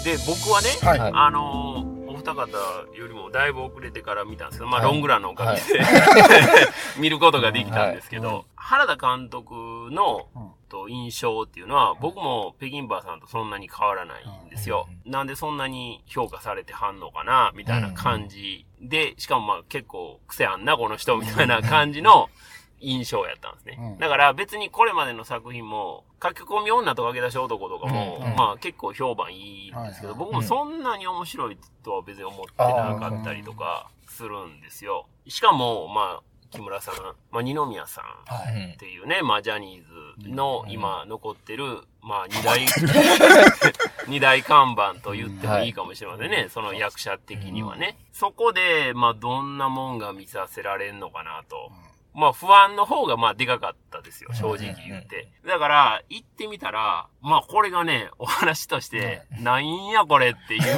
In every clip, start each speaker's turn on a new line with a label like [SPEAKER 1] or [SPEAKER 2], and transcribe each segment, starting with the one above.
[SPEAKER 1] で、僕はね、
[SPEAKER 2] はい
[SPEAKER 1] お二方よりもだいぶ遅れてから見たんですけど、まあ、ロングランのおかげで、見ることができたんですけど、原田監督の、印象っていうのは、僕も北京バーさんとそんなに変わらないんですよ。なんでそんなに評価されてはんのかな、みたいな感じで、しかもまあ結構癖あんな、この人、みたいな感じの印象やったんですね。だから別にこれまでの作品も、書き込み女と駆け出し男とかも、まあ結構評判いいんですけど、僕もそんなに面白いとは別に思ってなかったりとかするんですよ。しかも、まあ、木村さん、まあ、二宮さんっていうね、まあ、ジャニーズの今残ってる、まあ、二大看板と言ってもいいかもしれませんね。その役者的にはね。そこで、まあ、どんなもんが見させられんのかなと。まあ不安の方がまあでかかったですよ、正直言って。だから、行ってみたら、まあこれがね、お話として、なんやこれっていう、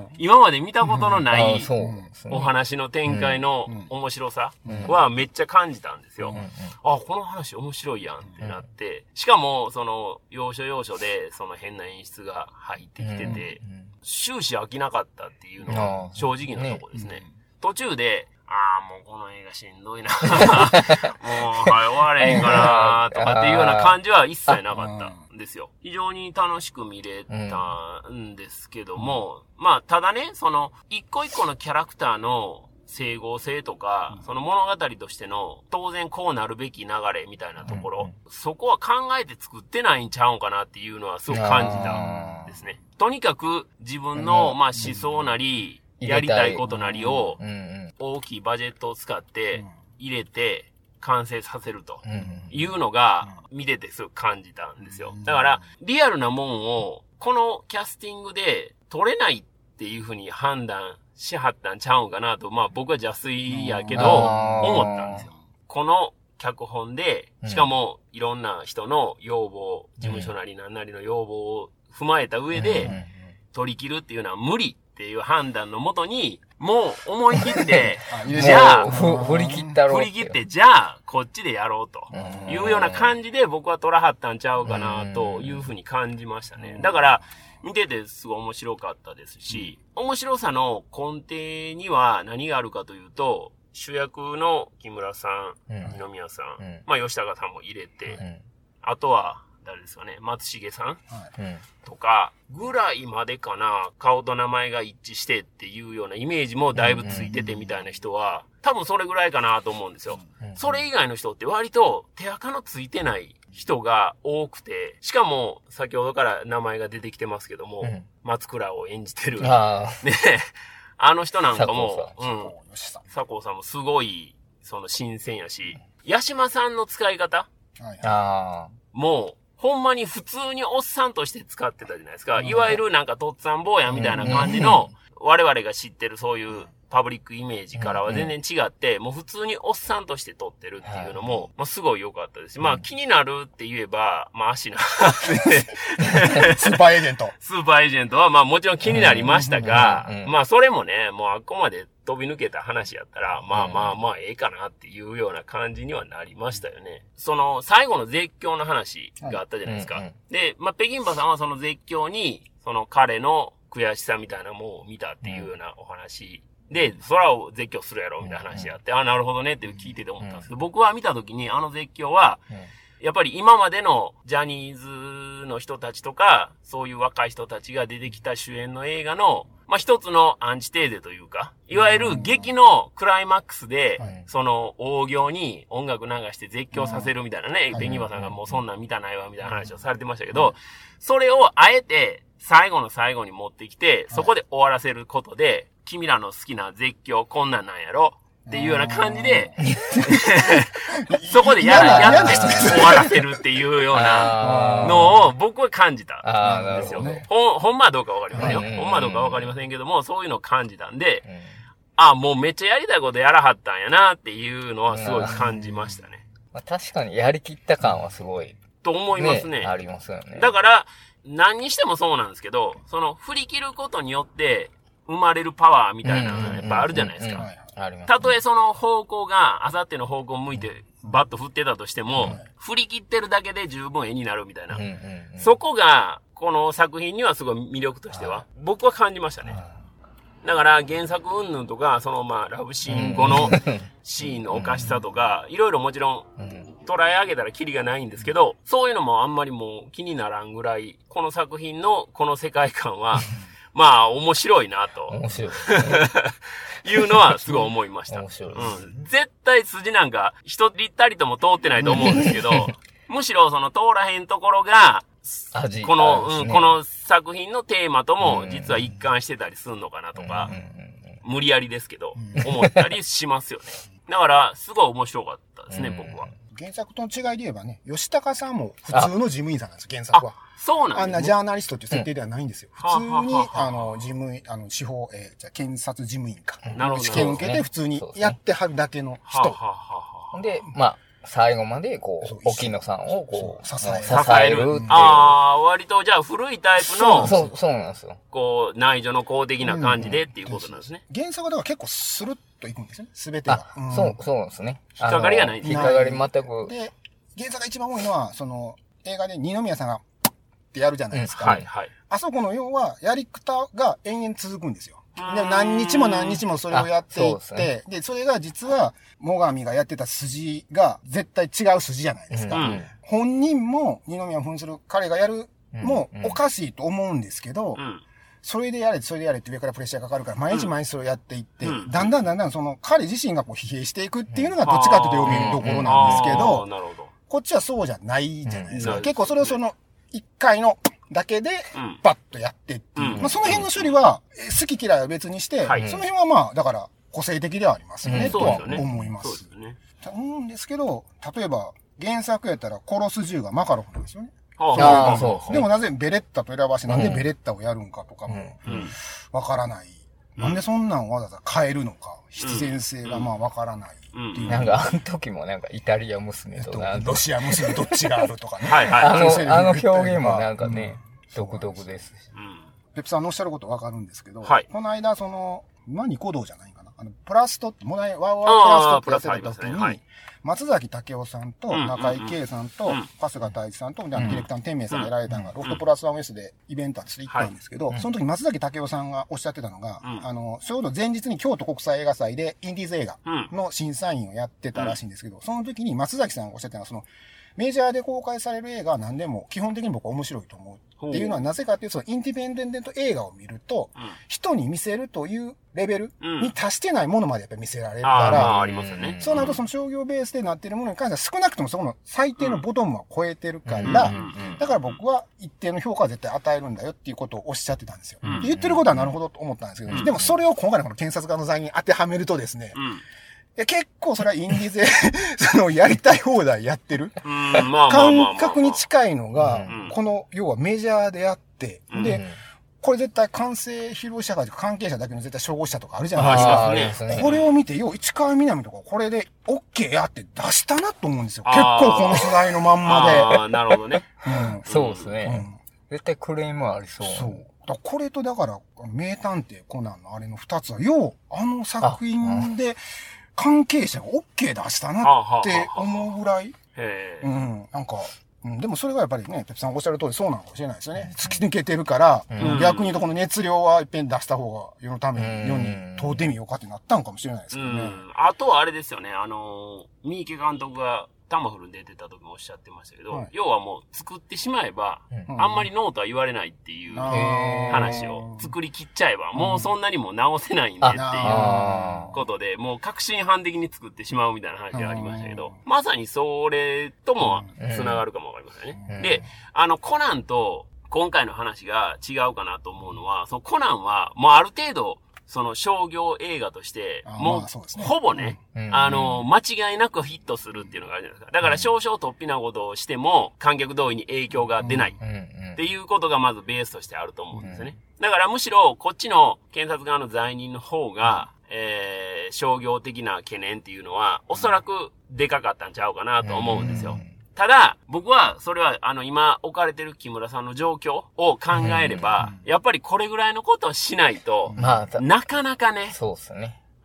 [SPEAKER 1] 今まで見たことのないお話の展開の面白さはめっちゃ感じたんですよ。あ、この話面白いやんってなって、しかも、その、要所要所で、その変な演出が入ってきてて、終始飽きなかったっていうのが正直なとこですね。途中で、もうこの映画しんどいな。もう、終われへんかなとかっていうような感じは一切なかったんですよ。非常に楽しく見れたんですけども、まあ、ただね、その、一個一個のキャラクターの整合性とか、その物語としての当然こうなるべき流れみたいなところ、そこは考えて作ってないんちゃうんかなっていうのはすごく感じたんですね。とにかく自分の、まあ、思想なり、やりたいことなりを大きいバジェットを使って入れて完成させるというのが見ててすごく感じたんですよ。だからリアルなもんをこのキャスティングで撮れないっていうふうに判断しはったんちゃうんかなと、まあ僕は邪推やけど思ったんですよ。この脚本で、しかもいろんな人の要望、事務所なりなんなりの要望を踏まえた上で取り切るっていうのは無理っていう判断のもとに、もう思い切って、じゃあ、
[SPEAKER 2] 振り切ったろう。
[SPEAKER 1] 振り切って、じゃあ、こっちでやろうというような感じで僕は撮らはったんちゃうかなというふうに感じましたね。だから、見ててすごい面白かったですし、面白さの根底には何があるかというと、主役の木村さん、二宮さん、まあ吉高さんも入れて、あとは、誰ですかね、松重さん、とか、ぐらいまでかな、顔と名前が一致してっていうようなイメージもだいぶついててみたいな人は、多分それぐらいかなと思うんですよ。それ以外の人って割と手垢のついてない人が多くて、しかも先ほどから名前が出てきてますけども、松倉を演じてる。ね、あの人なんかも、佐藤さんもすごい、その新鮮やし、八島さんの使い方もう、ほんまに普通におっさんとして使ってたじゃないですか。いわゆるなんかとっつぁん坊やみたいな感じの、我々が知ってるそういうパブリックイメージからは全然違って、もう普通におっさんとして撮ってるっていうのも、まあすごい良かったですし、まあ気になるって言えば、まあ足な
[SPEAKER 3] スーパーエージェント。
[SPEAKER 1] スーパーエージェントはまあもちろん気になりましたが、まあそれもね、もうあっこまで飛び抜けた話やったら、まあええかなっていうような感じにはなりましたよね。その最後の絶叫の話があったじゃないですか。で、まあ北京馬さんはその絶叫に、その彼の悔しさみたいなものを見たっていうようなお話で、空を絶叫するやろみたいな話やって、なるほどねって聞いてて思ったんですけど、僕は見たときにあの絶叫は、やっぱり今までのジャニーズの人たちとか、そういう若い人たちが出てきた主演の映画の、まあ、一つのアンチテーゼというか、いわゆる劇のクライマックスで、その大行に音楽流して絶叫させるみたいなね、ペギバさんがもうそんなん見たないわみたいな話をされてましたけど、それをあえて最後の最後に持ってきて、そこで終わらせることで、君らの好きな絶叫こんなんなんやろっていうような感じで、そこでやって終わらせるっていうようなのを僕は感じたんですよ。ほんまはどうかわかりませんよ。ほんまはどうかわかりませんけども、そういうのを感じたんで、もうめっちゃやりたいことやらはったんやなっていうのはすごい感じましたね。
[SPEAKER 2] 確かにやりきった感はすごい。
[SPEAKER 1] と思いますね。
[SPEAKER 2] ありますよね。
[SPEAKER 1] だから、何にしてもそうなんですけど、その振り切ることによって生まれるパワーみたいなのがやっぱあるじゃないですか。たとえその方向が、あさっての方向を向いてバッと振ってたとしても、振り切ってるだけで十分絵になるみたいな。そこが、 この作品にはすごい魅力としては、僕は感じましたね。だから原作云々とか、そのまあラブシーン後のシーンのおかしさとか、いろいろもちろん捉え上げたらキリがないんですけど、そういうのもあんまりもう気にならんぐらい、この作品のこの世界観は、まあ面白いなと。
[SPEAKER 2] 面白い。
[SPEAKER 1] いうのはすごい思いました。
[SPEAKER 2] 面白い。
[SPEAKER 1] 絶対筋なんか一人たりとも通ってないと思うんですけど、むしろその通らへんところが、この作品のテーマとも実は一貫してたりするのかなとか、無理やりですけど、思ったりしますよね。だから、すごい面白かったですね、僕は。
[SPEAKER 3] 原作との違いで言えばね、吉高さんも普通の事務員さんなんです、原作は。
[SPEAKER 1] そうなんですね。
[SPEAKER 3] あんなジャーナリストっていう設定ではないんですよ。普通に、事務員、司法、検察事務員か。
[SPEAKER 1] なるほど。
[SPEAKER 3] 試験受けて普通にやってはるだけの人。
[SPEAKER 2] で、まあ、最後まで、こう、沖野さんを、こう、支えるっていう。
[SPEAKER 1] 割とじゃあ古いタイプの、
[SPEAKER 2] そうなんですよ。
[SPEAKER 1] こう、内助の公的な感じでっていうことなんですね。
[SPEAKER 3] 原作はだから結構スルッといくんですね、すべてが。
[SPEAKER 2] そうですね。
[SPEAKER 1] 引っかかりがない。
[SPEAKER 2] 引っかかり全く。
[SPEAKER 3] で、原作が一番多いのは、その、映画で二宮さんが、ってやるじゃないですか。
[SPEAKER 1] はいはい。
[SPEAKER 3] あそこの要は、やり方が延々続くんですよ。で、何日も何日もそれをやっていって、で、それが実は、最上がやってた筋が絶対違う筋じゃないですか。本人も二宮を扮する彼がやるもおかしいと思うんですけど、それでやれって上からプレッシャーかかるから、毎日毎日それをやっていって、だんだんその彼自身がこう疲弊していくっていうのがどっちかというと読めるところなんですけど、こっちはそうじゃないじゃないですか。結構それをその一回のだけで、バッとやってっていう。まあその辺の処理は、好き嫌いは別にして、その辺はまあ、だから個性的ではありますよね、とは思います。そうですね。思うんですけど、例えば、原作やったら殺す銃がマカロフなんですよね。でもなぜベレッタと選ばしてなんでベレッタをやるんかとかも、わからない。なんでそんなんわざわざ変えるのか、必然性がまあわからない。
[SPEAKER 2] なんかあの時もなんかイタリア娘と
[SPEAKER 3] ロシア娘どっちがあるとかね。
[SPEAKER 2] あの表現もなんかね、独特ですし。
[SPEAKER 3] ペプさんのおっしゃることわかるんですけど、この間その、ニコ動じゃないかな。プラストって、ワーワープラストってやってた時に、松崎武夫さんと中井圭さんと春日太一さんとディレクターの天明さんがやられたのがロフトプラスワンウェスでイベントで行ったんですけど、その時松崎武夫さんがおっしゃってたのが、ちょうど前日に京都国際映画祭でインディーズ映画の審査員をやってたらしいんですけど、その時に松崎さんがおっしゃってたのは、そのメジャーで公開される映画は何でも基本的に僕は面白いと思う。っていうのはなぜかっていうと、そのインディペンデント映画を見ると、人に見せるというレベルに達してないものまでやっぱり見せられるから、そうなるとその商業ベースでなっているものに関しては少なくともそこの最低のボトムは超えてるから、だから僕は一定の評価は絶対与えるんだよっていうことをおっしゃってたんですよ。言ってることはなるほどと思ったんですけど、でもそれを今回のこの検察官の座に当てはめるとですね、結構それはインディーズで、そのやりたい放題やってる感覚に近いのが、この要はメジャーであって、で、これ絶対完成披露者会とか関係者だけの絶対称号者とかあるじゃないですか。これを見て、市川みなみとかこれで OK やって出したなと思うんですよ。結構この取材のまんまで。
[SPEAKER 1] なるほどね。
[SPEAKER 2] そうですね。絶対クレームありそう。
[SPEAKER 3] そう。これとだから、名探偵コナンのあれの二つは、あの作品で、関係者が OK 出したなって思うぐらい。なんか、でもそれがやっぱりね、ペプさんおっしゃる通りそうなのかもしれないですよね。突き抜けてるから、逆に言うとこの熱量は一遍出した方が世のために、世に問うてみようかってなったのかもしれないですけどね。
[SPEAKER 1] あとはあれですよね、三池監督がタマフルに出てた時もおっしゃってましたけど、要はもう作ってしまえば、あんまりノーとは言われないっていう話を作り切っちゃえば、もうそんなにも直せないんでっていうことで、もう確信犯的に作ってしまうみたいな話がありましたけど、まさにそれとも繋がるかもわかりませんね。で、コナンと今回の話が違うかなと思うのは、そのコナンはもうある程度、その商業映画として、もう、ほぼね、間違いなくヒットするっていうのがあるじゃないですか。だから少々突飛なことをしても、観客動員に影響が出ないっていうことがまずベースとしてあると思うんですよね。だからむしろ、こっちの検察側の罪人の方が、商業的な懸念っていうのは、おそらくでかかったんちゃうかなと思うんですよ。ただ、僕は、それは、今置かれてる木村さんの状況を考えれば、やっぱりこれぐらいのことをしないと、なかなかね、
[SPEAKER 2] そうですね。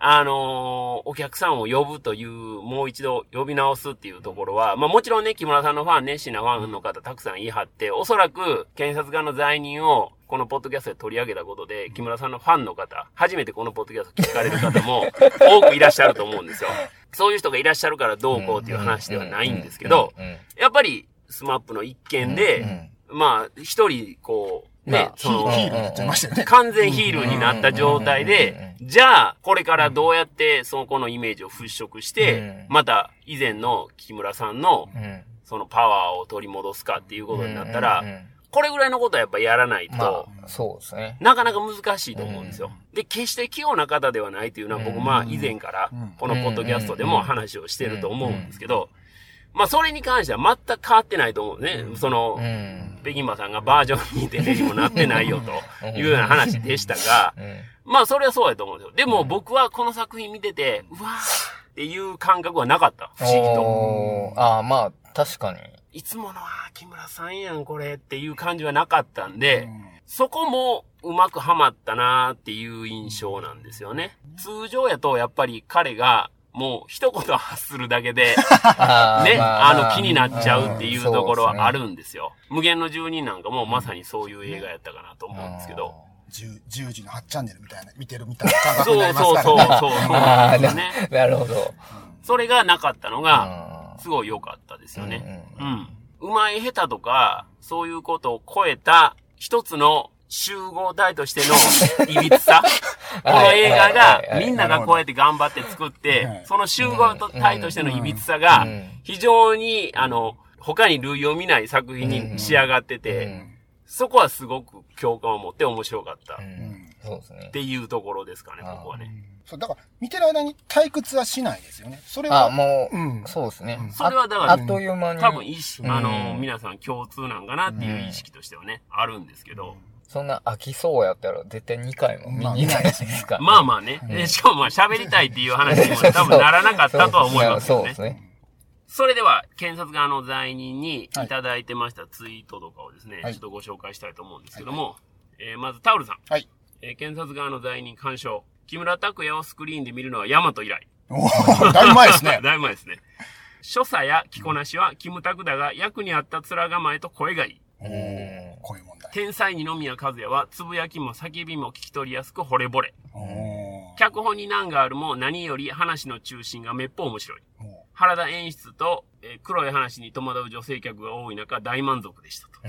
[SPEAKER 1] お客さんを呼ぶという、もう一度呼び直すっていうところは、まあもちろんね、木村さんのファン、熱心なファンの方たくさん言い張って、おそらく検察官の罪人をこのポッドキャストで取り上げたことで、木村さんのファンの方、初めてこのポッドキャスト聞かれる方も多くいらっしゃると思うんですよ。そういう人がいらっしゃるからどうこうっていう話ではないんですけど、やっぱりスマップの一件で、まあ一人こう、ね、
[SPEAKER 3] ヒールになっちゃいましたよね。
[SPEAKER 1] 完全ヒールになった状態で、じゃあ、これからどうやってそこのイメージを払拭して、また以前の木村さんの、そのパワーを取り戻すかっていうことになったら、これぐらいのことはやっぱやらないと、
[SPEAKER 2] そうですね。
[SPEAKER 1] なかなか難しいと思うんですよ。で、決して器用な方ではないというのは僕まあ以前からこのポッドキャストでも話をしてると思うんですけど、まあそれに関しては全く変わってないと思うね。その、北京馬さんがバージョン 2.0 にもなってないよというような話でしたが、まあそれはそうやと思うんですよ。でも僕はこの作品見てて、うわーっていう感覚はなかった。不思議と。
[SPEAKER 2] ああ、まあ確かに。
[SPEAKER 1] いつもの木村さんやんこれっていう感じはなかったんで、そこもうまくハマったなーっていう印象なんですよね。通常やとやっぱり彼がもう一言発するだけで、ね、気になっちゃうっていうところはあるんですよ。無限の住人なんかもまさにそういう映画やったかなと思うんですけど。
[SPEAKER 3] 10時の8チャンネルみたいな、見てるみたいな感覚になりますからね。
[SPEAKER 1] そうね。
[SPEAKER 2] なるほど。
[SPEAKER 1] それがなかったのが、すごい良かったですよね。うまい下手とか、そういうことを超えた一つの集合体としてのいびつさ。この映画がみんながこうやって頑張って作って、その集合体としてのいびつさが非常に他に類を見ない作品に仕上がってて、そこはすごく共感を持って面白かった。
[SPEAKER 2] そうですね。
[SPEAKER 1] っていうところですかね、ここはね。
[SPEAKER 3] そう、だから見てる間に退屈はしないですよね。それは。
[SPEAKER 2] もう、そうですね。
[SPEAKER 1] それはだから、
[SPEAKER 2] あっという間に。
[SPEAKER 1] 多分皆さん共通なんかなっていう意識としてはね、あるんですけど。
[SPEAKER 2] そんな飽きそうやったら絶対2回も見に行かないですか。
[SPEAKER 1] まあまあね。しかもまあ喋りたいっていう話にも多分ならなかったとは思いますよね。そうですね。それでは、検察側の罪人にいただいてましたツイートとかをですね、ちょっとご紹介したいと思うんですけども、まずタオルさん。はい。検察側の罪人鑑賞。木村拓哉をスクリーンで見るのは大和以来。
[SPEAKER 3] だいぶ前ですね。
[SPEAKER 1] だいぶ前ですね。所作や着こなしはキムタクだが役に合った面構えと声がいい。
[SPEAKER 3] こういう問題。
[SPEAKER 1] 天才二宮和也はつぶやきも叫びも聞き取りやすく惚れ惚れ。脚本に難があるも何より話の中心がめっぽう面白い。原田演出と、黒い話に戸惑う女性客が多い中大満足でしたと。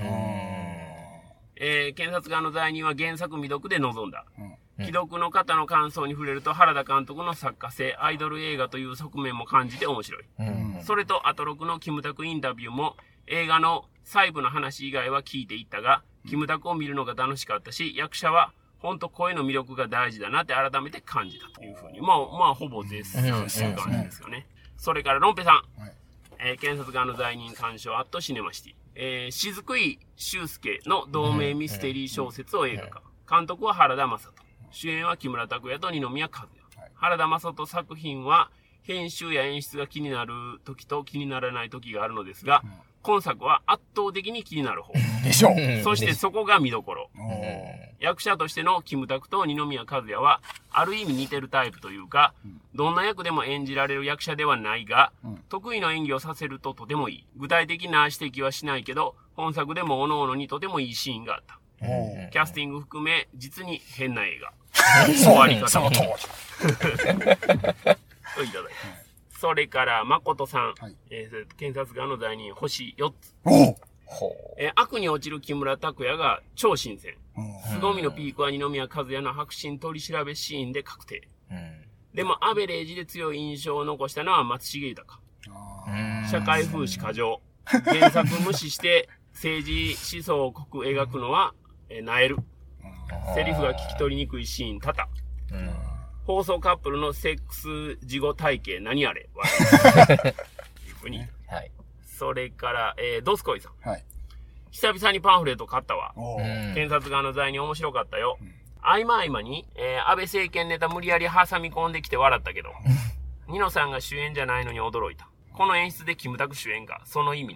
[SPEAKER 1] 検察側の罪人は原作未読で臨んだ。既読の方の感想に触れると原田監督の作家性、アイドル映画という側面も感じて面白い。それとアトロクのキムタクインタビューも映画の細部の話以外は聞いていったが、キムタクを見るのが楽しかったし、役者は本当声の魅力が大事だなって改めて感じたというふうに。まあほぼ絶賛する感じですよね。それからロンペさん。検察側の罪人鑑賞アットシネマシティ。雫井修介の同名ミステリー小説を映画化。監督は原田雅人。主演は木村拓哉と二宮和也。原田雅人作品は編集や演出が気になる時と気にならない時があるのですが、今作は圧倒的に気になる方。
[SPEAKER 3] でしょう。
[SPEAKER 1] そしてそこが見どころ。役者としてのキムタクと二宮和也は、ある意味似てるタイプというか、どんな役でも演じられる役者ではないが、得意の演技をさせるととてもいい。具体的な指摘はしないけど、本作でも各々にとてもいいシーンがあった。キャスティング含め、実に変な映画。終わり方も。といただいて。それから、誠さん。検察側の罪人、星4つ。悪に落ちる木村拓哉が超新鮮。凄みのピークは二宮和也の白真取り調べシーンで確定。でも、アベレージで強い印象を残したのは松重豊。社会風刺過剰。原作無視して政治思想を濃く描くのは、なえる。セリフが聞き取りにくいシーン多々。放送カップルのセックス事後体系何あれは。いうふうに。はい。それから、ドスコイさん。はい。久々にパンフレット買ったわ。検察側の罪人面白かったよ。合間合間に、安倍政権ネタ無理やり挟み込んできて笑ったけど、ニノさんが主演じゃないのに驚いた。この演出でキムタク主演か、その意味なと。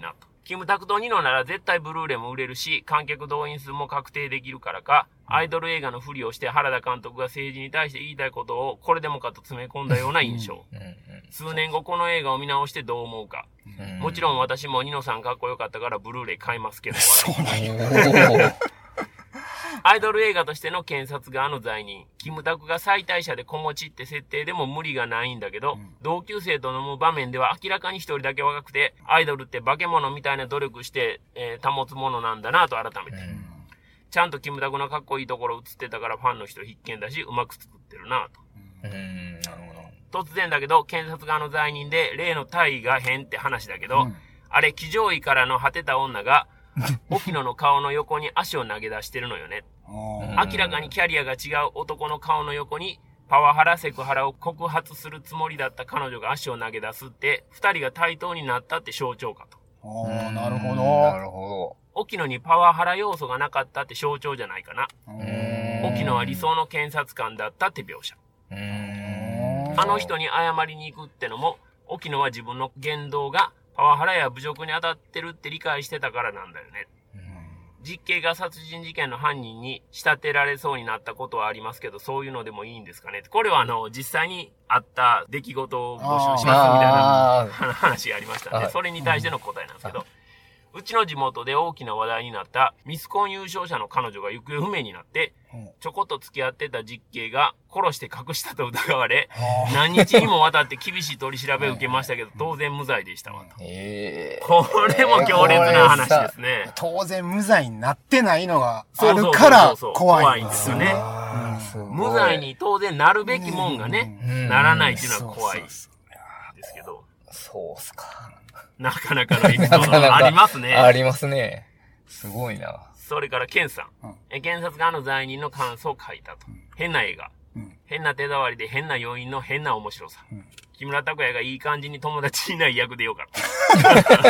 [SPEAKER 1] キムタクとニノなら絶対ブルーレイも売れるし、観客動員数も確定できるからか、アイドル映画のふりをして原田監督が政治に対して言いたいことをこれでもかと詰め込んだような印象。数年後この映画を見直してどう思うか。もちろん私もニノさんかっこよかったからブルーレイ買いますけど。
[SPEAKER 3] そうなんや。
[SPEAKER 1] アイドル映画としての検察側の罪人、キムタクが妻帯者で子持ちって設定でも無理がないんだけど、同級生と飲む場面では明らかに一人だけ若くて、アイドルって化け物みたいな努力して、保つものなんだなと改めて。ちゃんとキムタクのかっこいいところ映ってたからファンの人必見だし、うまく作ってるなと。
[SPEAKER 2] なるほど。
[SPEAKER 1] 突然だけど、検察側の罪人で、例の体位が変って話だけど、あれ、騎乗位からの果てた女が、沖野の顔の横に足を投げ出してるのよね。明らかにキャリアが違う男の顔の横に、パワハラセクハラを告発するつもりだった彼女が足を投げ出すって、二人が対等になったって象徴かと。
[SPEAKER 3] なるほど。
[SPEAKER 2] なるほど。
[SPEAKER 1] 沖野にパワハラ要素がなかったって象徴じゃないかな。沖野は理想の検察官だったって描写。あの人に謝りに行くってのも、沖野は自分の言動がパワハラや侮辱に当たってるって理解してたからなんだよね。実刑が殺人事件の犯人に仕立てられそうになったことはありますけど、そういうのでもいいんですかね。これは実際にあった出来事を募集しますみたいな話がありましたね。それに対しての答えなんですけど、うちの地元で大きな話題になったミスコン優勝者の彼女が行方不明になって、ちょこっと付き合ってた実刑が殺して隠したと疑われ、何日にもわたって厳しい取り調べを受けましたけど、当然無罪でしたわと。これも強烈な話ですね。
[SPEAKER 3] 当然無罪になってないのがあるから怖いんですよね。
[SPEAKER 1] 無罪に当然なるべきもんがね、ならないっていうのは怖いですけど。
[SPEAKER 2] そうっすか。
[SPEAKER 1] なかなかのエピソードありますね。
[SPEAKER 2] ありますね。すごいな。
[SPEAKER 1] それから、ケンさん。検察側の罪人の感想を書いたと。変な映画。変な手触りで変な要因の変な面白さ。木村拓哉がいい感じに友達いない役でよかった。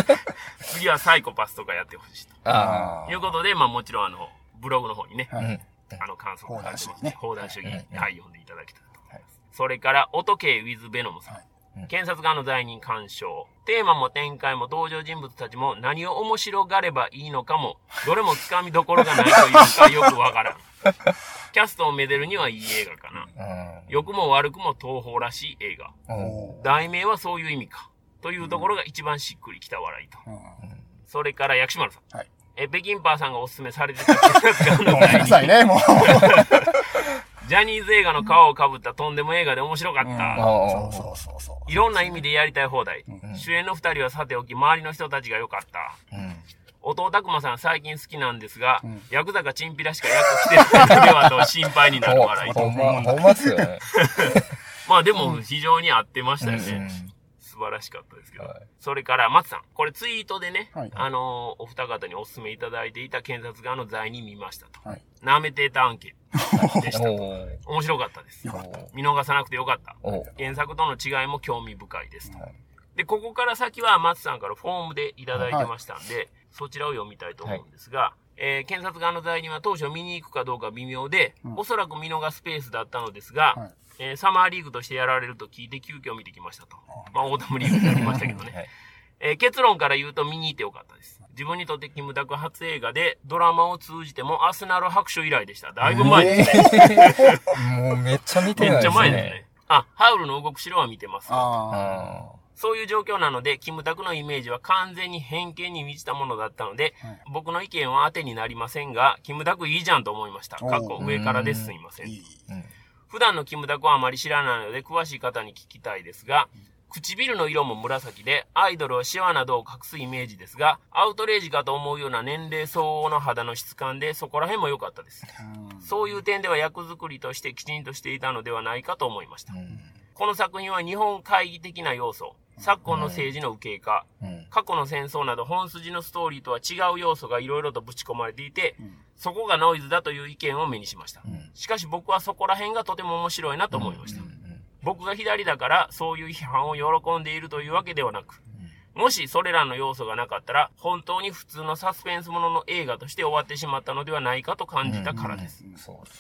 [SPEAKER 1] 次はサイコパスとかやってほしいと。いうことで、もちろんブログの方にね、感想を書いてますね。放談主義。はい、読んでいただきたいと思います。それから、音系ウィズベノムさん。検察側の罪人鑑賞。テーマも展開も登場人物たちも何を面白がればいいのかも、どれもつかみどころがないというかよくわからん。キャストをめでるにはいい映画かな。良くも悪くも東宝らしい映画。題名はそういう意味か。というところが一番しっくりきた笑いと。それから薬師丸さん。北京パーさんがおすすめされてた検察側の罪人。ごめんなさいね、もう。ジャニーズ映画の皮をかぶったとんでも映画で面白かった。いろんな意味でやりたい放題。主演の二人はさておき、周りの人たちが良かった。弟拓磨さん最近好きなんですが、ヤクザかチンピラしか役してないのではと心配になる笑い。
[SPEAKER 2] ほんまっすよね。
[SPEAKER 1] でも非常に合ってましたよね。素晴らしかったですけど。それから、松さん。これツイートでね、お二方にお勧めいただいていた検察側の罪人見ましたと。舐めてた案件でしたと。面白かったです。見逃さなくてよかった。原作との違いも興味深いですと。で、ここから先は松さんからフォームでいただいてましたんで、そちらを読みたいと思うんですが、検察側の罪人は当初見に行くかどうか微妙で、おそらく見逃すペースだったのですが、サマーリーグとしてやられると聞いて急遽見てきましたと。オータムリーグになりましたけどね。結論から言うと見に行ってよかったです。自分にとってキムタク初映画でドラマを通じてもアスナル白書以来でした。だいぶ前ですね。
[SPEAKER 2] もうめっちゃ見てないですね。めっちゃ前ですね。ハウルの動く城は見てます。そういう状況なので、キムタクのイメージは完全に偏見に満ちたものだったので、僕の意見は当てになりませんが、キムタクいいじゃんと思いました。過去上からです。すいません。普段のキムタクはあまり知らないので、詳しい方に聞きたいですが、唇の色も紫で、アイドルはシワなどを隠すイメージですが、アウトレイジかと思うような年齢相応の肌の質感で、そこら辺も良かったです。そういう点では役作りとしてきちんとしていたのではないかと思いました。この作品は日本会議的な要素、昨今の政治の右傾化、過去の戦争など本筋のストーリーとは違う要素がいろいろとぶち込まれていて、そこがノイズだという意見を目にしました。しかし僕はそこら辺がとても面白いなと思いました。僕が左だからそういう批判を喜んでいるというわけではなく、もしそれらの要素がなかったら本当に普通のサスペンスものの映画として終わってしまったのではないかと感じたからです。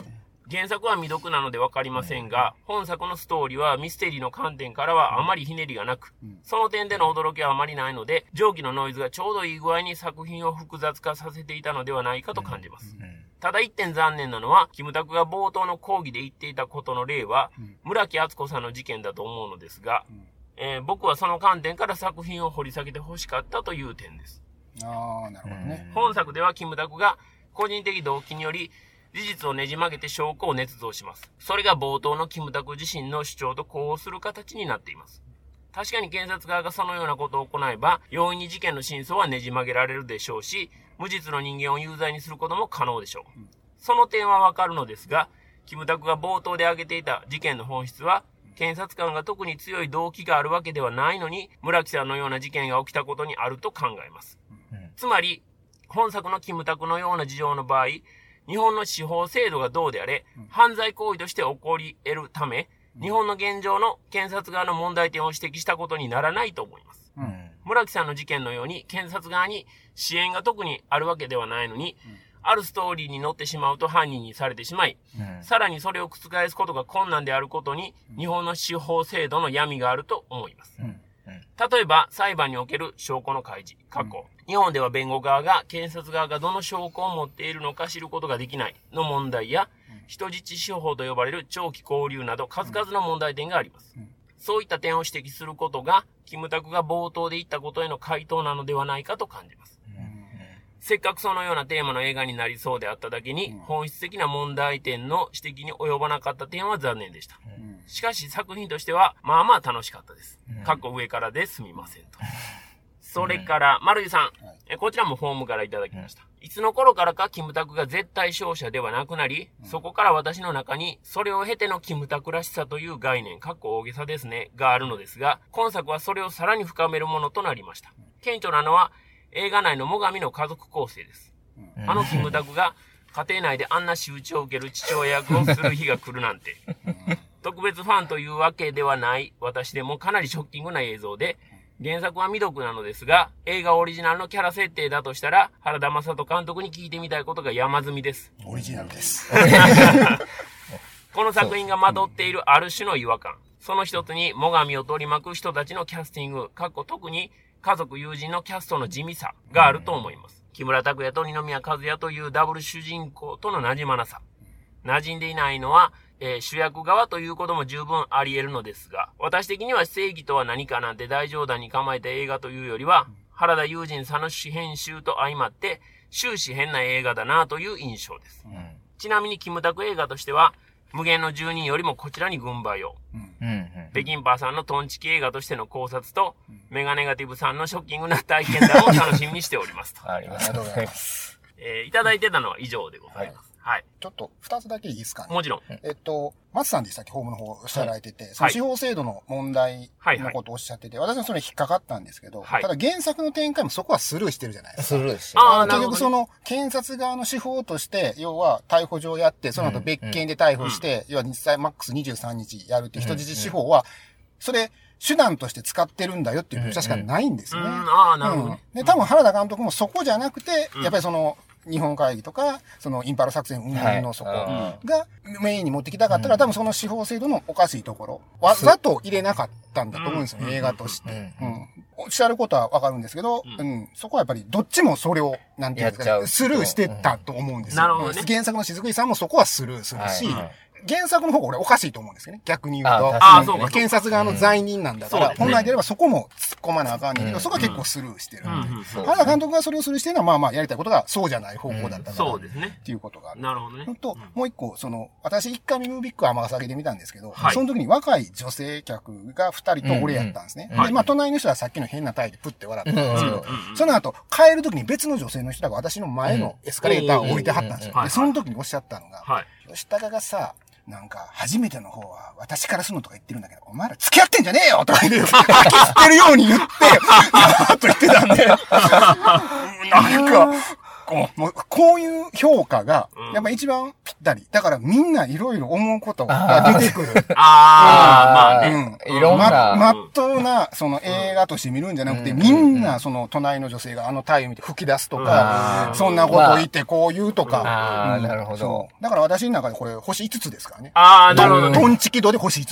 [SPEAKER 2] 原作は未読なのでわかりませんが、本作のストーリーはミステリーの観点からはあまりひねりがなく、その点での驚きはあまりないので、上記のノイズがちょうどいい具合に作品を複雑化させていたのではないかと感じます。ただ一点残念なのは、キムタクが冒頭の講義で言っていたことの例は、村木敦子さんの事件だと思うのですが、僕はその観点から作品を掘り下げて欲しかったという点です。
[SPEAKER 3] ああ、なるほどね。
[SPEAKER 2] 本作ではキムタクが個人的動機により、事実をねじ曲げて証拠を捏造します。それが冒頭のキムタク自身の主張と呼応する形になっています。確かに検察側がそのようなことを行えば、容易に事件の真相はねじ曲げられるでしょうし、無実の人間を有罪にすることも可能でしょう。その点はわかるのですが、キムタクが冒頭で挙げていた事件の本質は、検察官が特に強い動機があるわけではないのに、村木さんのような事件が起きたことにあると考えます。つまり、本作のキムタクのような事情の場合、日本の司法制度がどうであれ、犯罪行為として起こり得るため、日本の現状の検察側の問題点を指摘したことにならないと思います。村木さんの事件のように、検察側に支援が特にあるわけではないのに、あるストーリーに乗ってしまうと犯人にされてしまい、さらにそれを覆すことが困難であることに、日本の司法制度の闇があると思います。例えば、裁判における証拠の開示、日本では弁護側が検察側がどの証拠を持っているのか知ることができないの問題や、人質司法と呼ばれる長期拘留など数々の問題点があります。そういった点を指摘することが、キムタクが冒頭で言ったことへの回答なのではないかと感じます。せっかくそのようなテーマの映画になりそうであっただけに、本質的な問題点の指摘に及ばなかった点は残念でした。しかし作品としては、まあまあ楽しかったです。上からですみませんと。それから、丸井さん、こちらもフォームからいただきました。いつの頃からかキムタクが絶対勝者ではなくなり、そこから私の中に、それを経てのキムタクらしさという概念、大げさですね、があるのですが、今作はそれをさらに深めるものとなりました。顕著なのは、映画内の最上の家族構成です。あのキムタクが家庭内であんな仕打ちを受ける父親役をする日が来るなんて。特別ファンというわけではない私でもかなりショッキングな映像で、原作は未読なのですが、映画オリジナルのキャラ設定だとしたら、原田雅人監督に聞いてみたいことが山積みです。
[SPEAKER 3] オリジナルです。
[SPEAKER 2] この作品がまとっているある種の違和感。その一つに、最上を取り巻く人たちのキャスティング、特に家族友人のキャストの地味さがあると思います。木村拓哉と二宮和也というダブル主人公との馴染まなさ。馴染んでいないのは、主役側ということも十分あり得るのですが、私的には正義とは何かなんて大冗談に構えた映画というよりは、原田悠仁さんの主編集と相まって、終始変な映画だなという印象です。ちなみにキムタク映画としては、無限の住人よりもこちらに軍配を。北京パーさんのトンチキ映画としての考察と、メガネガティブさんのショッキングな体験談を楽しみにしておりますと。
[SPEAKER 3] ありがとうございます。
[SPEAKER 2] いただいてたのは以上でございます。はい。
[SPEAKER 3] ちょっと二つだけいいですかね。
[SPEAKER 2] もちろん。
[SPEAKER 3] 松さんでしたっけ、ホームの方おっしゃられてて、その司法制度の問題のことをおっしゃってて、私はそれ引っかかったんですけど、ただ原作の展開もそこはスルーしてるじゃないですか。
[SPEAKER 4] スルーして
[SPEAKER 3] 結局その検察側の司法として、要は逮捕状やって、その後別件で逮捕して、要は実際マックス23日やるって人質司法は、それ、手段として使ってるんだよっていう確かないんですね。
[SPEAKER 2] なるほど。
[SPEAKER 3] で、多分原田監督もそこじゃなくて、やっぱりその、日本会議とか、そのインパラ作戦運営のそこがメインに持ってきたかったら、多分その司法制度のおかしいところ、わざと入れなかったんだと思うんですよ、映画として。おっしゃることはわかるんですけど、そこはやっぱりどっちもそれを、なんていうんですか、スルーしてたと思うんですよ。
[SPEAKER 2] なるほどね。
[SPEAKER 3] 原作の雫井さんもそこはスルーするし、原作の方が俺おかしいと思うんですよね。逆に言うと。検察側の罪人なんだから、本来であればそこも突っ込まなあかんねんけど、そこは結構スルーしてる。原田監督がそれをスルーしてるのは、まあまあやりたいことがそうじゃない方向だったから。
[SPEAKER 2] そうですね。
[SPEAKER 3] っていうことがある。
[SPEAKER 2] なるほどね。
[SPEAKER 3] と、もう一個、私一回目ムービックは尼崎で見たんですけど、その時に若い女性客が二人と俺やったんですね。で、まあ隣の人はさっきの変な態度プッて笑ったんですけど、その後帰る時に別の女性の人が私の前のエスカレーターを降りてはったんですよ。で、その時におっしゃったのが、吉高がさ、なんか、初めての方は、私からするのとか言ってるんだけど、お前ら付き合ってんじゃねえよとか言って、吐き捨てるように言って、と言ってたんで、なんか、 こういう評価が、やっぱ一番ぴったり。だからみんないろいろ思うことが出てくる。
[SPEAKER 2] まあね。いろんな。
[SPEAKER 3] まっとうな、その映画として見るんじゃなくて、みんなその隣の女性がタイを見て吹き出すとか、そんなこと言ってこう言うとか。
[SPEAKER 2] なるほど。
[SPEAKER 3] だから私の中でこれ星5つですからね。
[SPEAKER 1] なるほど。
[SPEAKER 3] トンチキ度で星5つ。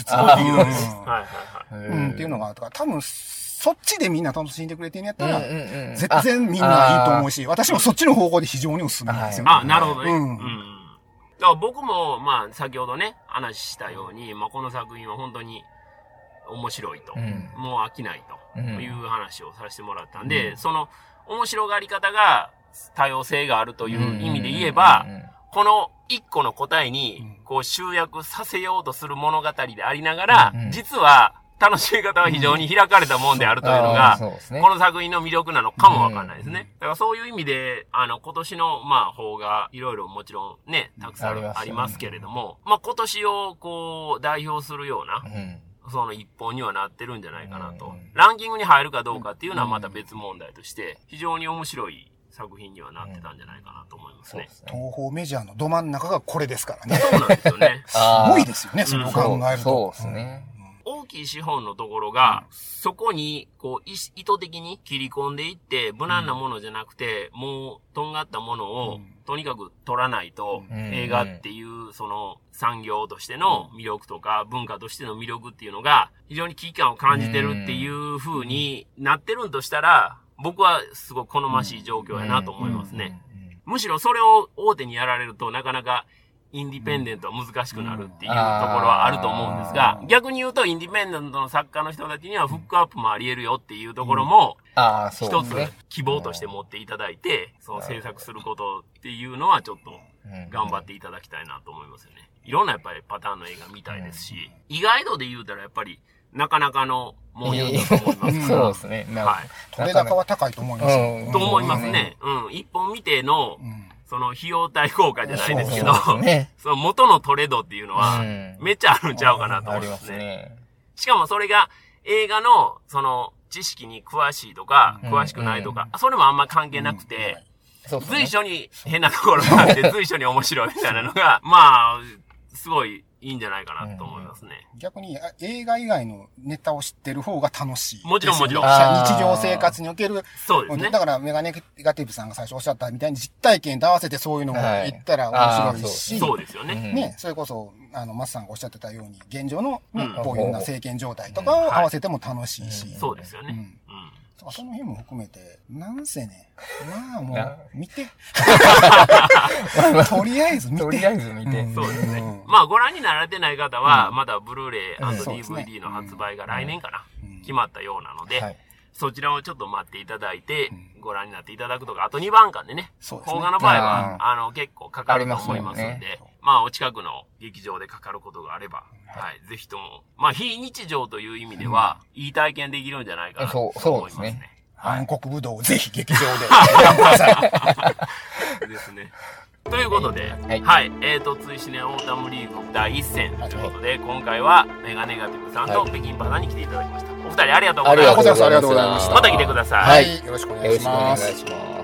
[SPEAKER 3] っていうのがあるから、多分、そっちでみんな楽しんでくれてんやったら、絶対みんないいと思うし、私もそっちの方向で非常におすすめなんですよね。
[SPEAKER 1] なるほどね。だから僕も、先ほどね、話したように、この作品は本当に面白いと、もう飽きないという話をさせてもらったんで、その面白がり方が多様性があるという意味で言えば、この一個の答えに、こう集約させようとする物語でありながら、実は、楽しみ方は非常に開かれたもんであるというのが、この作品の魅力なのかもわかんないですね。だからそういう意味で、今年の、方がいろいろもちろんね、たくさんありますけれども、今年をこう、代表するような、その一本にはなってるんじゃないかなと。ランキングに入るかどうかっていうのはまた別問題として、非常に面白い作品にはなってたんじゃないかなと思いますね。
[SPEAKER 3] 東宝メジャーのど真ん中がこれですからね。
[SPEAKER 1] そうなんですよね。
[SPEAKER 3] すごいですよね、それを考えると。
[SPEAKER 2] そうですね。
[SPEAKER 1] 大きい資本のところが、そこに、こう、意図的に切り込んでいって、無難なものじゃなくて、もう、とんがったものを、とにかく取らないと、映画っていう、その、産業としての魅力とか、文化としての魅力っていうのが、非常に危機感を感じてるっていう風になってるんとしたら、僕はすごい好ましい状況やなと思いますね。むしろそれを大手にやられると、なかなか、インディペンデントは難しくなるっていうところはあると思うんですが、逆に言うとインディペンデントの作家の人たちにはフックアップもあり得るよっていうところも、一つ希望として持っていただいて、その制作することっていうのはちょっと頑張っていただきたいなと思いますよね。いろんなやっぱりパターンの映画見たいですし、意外度で言うたらやっぱりなかなかのもんやと思います。
[SPEAKER 2] そうですね。
[SPEAKER 3] はい。取れ高は高いと思います。
[SPEAKER 1] と思いますね。一本見ての、その費用対効果じゃないですけど、その元のトレードっていうのは、めっちゃあるんちゃうかなと思いますね。しかもそれが映画の、その、知識に詳しいとか、詳しくないとか、それもあんま関係なくて、随所に変なところがあって、随所に面白いみたいなのが、すごいいいんじゃないかなと思いますね。
[SPEAKER 3] 逆に映画以外のネタを知ってる方が楽しい。
[SPEAKER 1] もちろんもちろん。
[SPEAKER 3] 日常生活における。
[SPEAKER 1] そうですね。
[SPEAKER 3] だからメガネガティブさんが最初おっしゃったみたいに実体験と合わせてそういうのも言ったら面白いし。
[SPEAKER 1] そうですよね。
[SPEAKER 3] ね、それこそ、マスさんがおっしゃってたように、現状のこういうような政権状態とかを合わせても楽しいし。
[SPEAKER 1] そうですよね。
[SPEAKER 3] その辺も含めて、なんせね、もう、見て。とりあえず見て。
[SPEAKER 2] とりあえず見て。
[SPEAKER 1] そうですね。ご覧になられてない方は、まだブルーレイ&DVD の発売が来年かな、決まったようなので、そちらをちょっと待っていただいて、ご覧になっていただくとか、あと2番館でね、邦画の場合は、結構かかると思いますんで、お近くの劇場でかかることがあれば、ぜひとも、非日常という意味では、いい体験できるんじゃないかなと思いますね。
[SPEAKER 3] 韓国武道をぜひ劇場でご覧くださ
[SPEAKER 1] い。ですね。ということで、追試ねオータムリーグ第1戦ということで、今回はメガネガティブさんと北京パナに来ていただきました。お二人ありがとうございました。
[SPEAKER 3] ありがとうございました。
[SPEAKER 1] また来てください。
[SPEAKER 3] はい。よろしくお願いします。